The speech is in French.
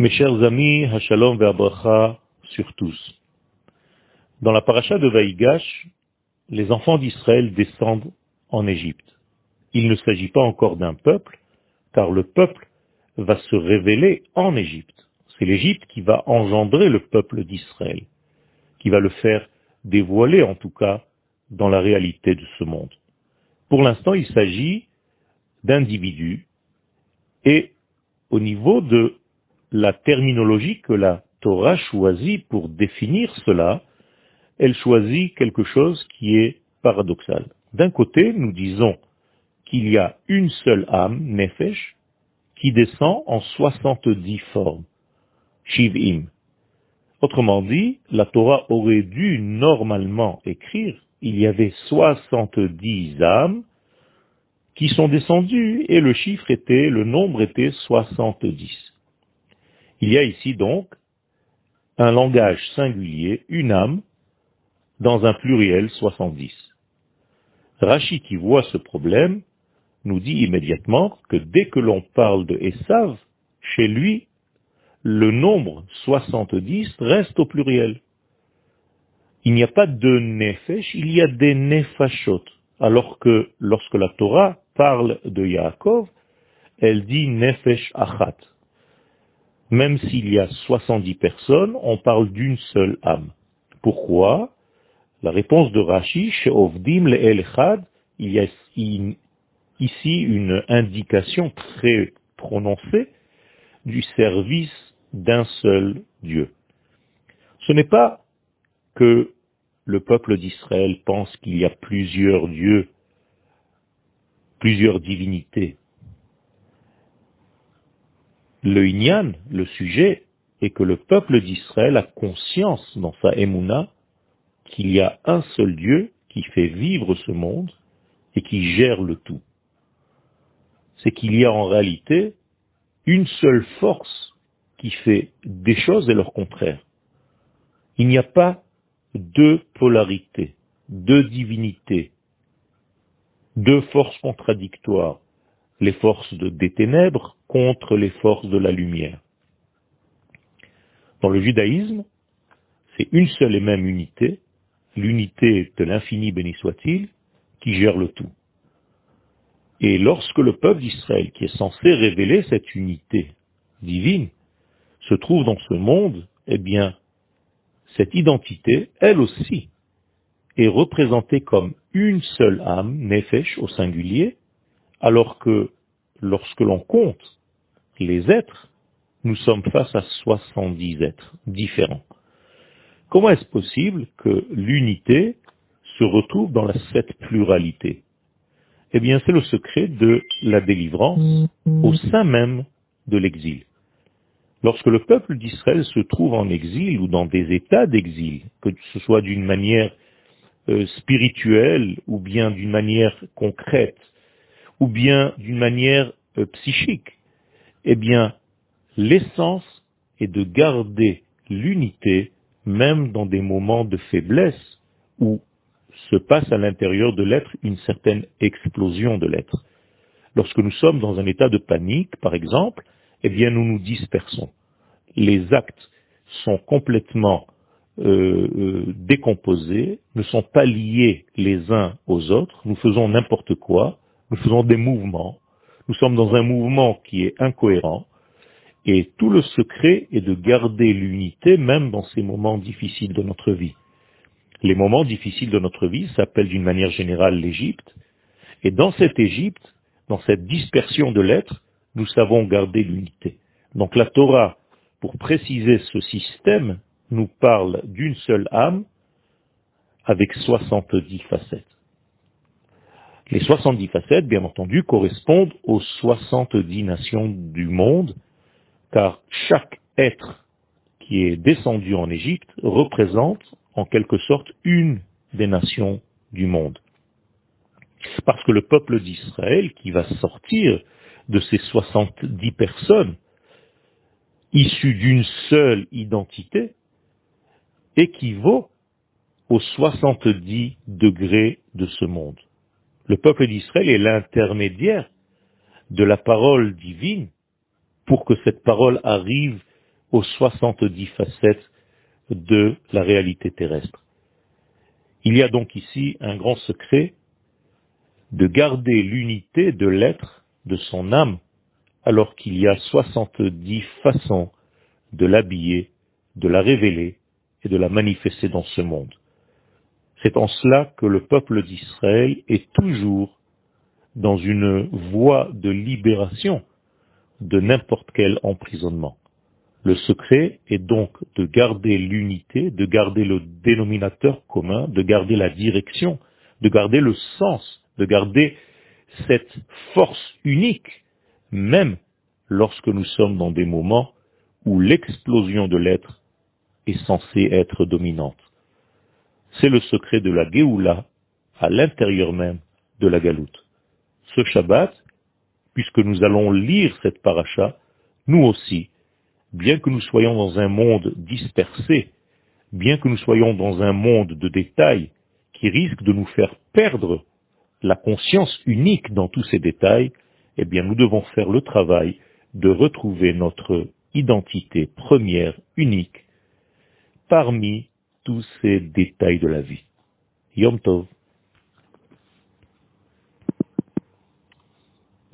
Mes chers amis, Hashalom ve'abracha sur tous. Dans la paracha de Vaïgash, les enfants d'Israël descendent en Égypte. Il ne s'agit pas encore d'un peuple, car le peuple va se révéler en Égypte. C'est l'Égypte qui va engendrer le peuple d'Israël, qui va le faire dévoiler en tout cas dans la réalité de ce monde. Pour l'instant, il s'agit d'individus et au niveau de la terminologie que la Torah choisit pour définir cela, elle choisit quelque chose qui est paradoxal. D'un côté, nous disons qu'il y a une seule âme, Nefesh, qui descend en 70 formes, Shiv'im. Autrement dit, la Torah aurait dû normalement écrire, il y avait 70 âmes qui sont descendues et le nombre était 70. Il y a ici donc un langage singulier, une âme, dans un pluriel 70. Rashi qui voit ce problème nous dit immédiatement que dès que l'on parle de Esav, chez lui, le nombre 70 reste au pluriel. Il n'y a pas de nefesh, il y a des nefashot. Alors que lorsque la Torah parle de Yaakov, elle dit nefesh achat. Même s'il y a 70 personnes, on parle d'une seule âme. Pourquoi? La réponse de Rashi, chez Ovdim le'el echad, il y a ici une indication très prononcée du service d'un seul Dieu. Ce n'est pas que le peuple d'Israël pense qu'il y a plusieurs dieux, plusieurs divinités. Le inyan, le sujet, est que le peuple d'Israël a conscience dans sa émouna qu'il y a un seul Dieu qui fait vivre ce monde et qui gère le tout. C'est qu'il y a en réalité une seule force qui fait des choses et leur contraire. Il n'y a pas deux polarités, deux divinités, deux forces contradictoires, les forces des ténèbres contre les forces de la lumière. Dans le judaïsme, c'est une seule et même unité, l'unité de l'infini béni soit-il, qui gère le tout. Et lorsque le peuple d'Israël, qui est censé révéler cette unité divine, se trouve dans ce monde, eh bien, cette identité, elle aussi, est représentée comme une seule âme, Nefesh au singulier, alors que lorsque l'on compte les êtres, nous sommes face à 70 êtres différents. Comment est-ce possible que l'unité se retrouve dans cette pluralité? Eh bien, c'est le secret de la délivrance au sein même de l'exil. Lorsque le peuple d'Israël se trouve en exil ou dans des états d'exil, que ce soit d'une manière spirituelle ou bien d'une manière concrète ou bien d'une manière psychique, eh bien, l'essence est de garder l'unité même dans des moments de faiblesse où se passe à l'intérieur de l'être une certaine explosion de l'être. Lorsque nous sommes dans un état de panique, par exemple, eh bien nous nous dispersons. Les actes sont complètement décomposés, ne sont pas liés les uns aux autres, nous faisons n'importe quoi, nous faisons des mouvements, nous sommes dans un mouvement qui est incohérent, et tout le secret est de garder l'unité même dans ces moments difficiles de notre vie. Les moments difficiles de notre vie s'appellent d'une manière générale l'Égypte, et dans cette Égypte, dans cette dispersion de l'être, nous savons garder l'unité. Donc la Torah, pour préciser ce système, nous parle d'une seule âme avec 70 facettes. Les 70 facettes, bien entendu, correspondent aux 70 nations du monde, car chaque être qui est descendu en Égypte représente en quelque sorte une des nations du monde. Parce que le peuple d'Israël qui va sortir de ces 70 personnes, issues d'une seule identité, équivaut aux 70 degrés de ce monde. Le peuple d'Israël est l'intermédiaire de la parole divine pour que cette parole arrive aux 70 facettes de la réalité terrestre. Il y a donc ici un grand secret de garder l'unité de l'être, de son âme, alors qu'il y a 70 façons de l'habiller, de la révéler et de la manifester dans ce monde. C'est en cela que le peuple d'Israël est toujours dans une voie de libération de n'importe quel emprisonnement. Le secret est donc de garder l'unité, de garder le dénominateur commun, de garder la direction, de garder le sens, de garder cette force unique, même lorsque nous sommes dans des moments où l'explosion de l'être est censée être dominante. C'est le secret de la Géoula à l'intérieur même de la Galoute. Ce Shabbat, puisque nous allons lire cette paracha, nous aussi, bien que nous soyons dans un monde dispersé, bien que nous soyons dans un monde de détails qui risque de nous faire perdre la conscience unique dans tous ces détails, eh bien nous devons faire le travail de retrouver notre identité première, unique, parmi tous ces détails de la vie. Yom Tov.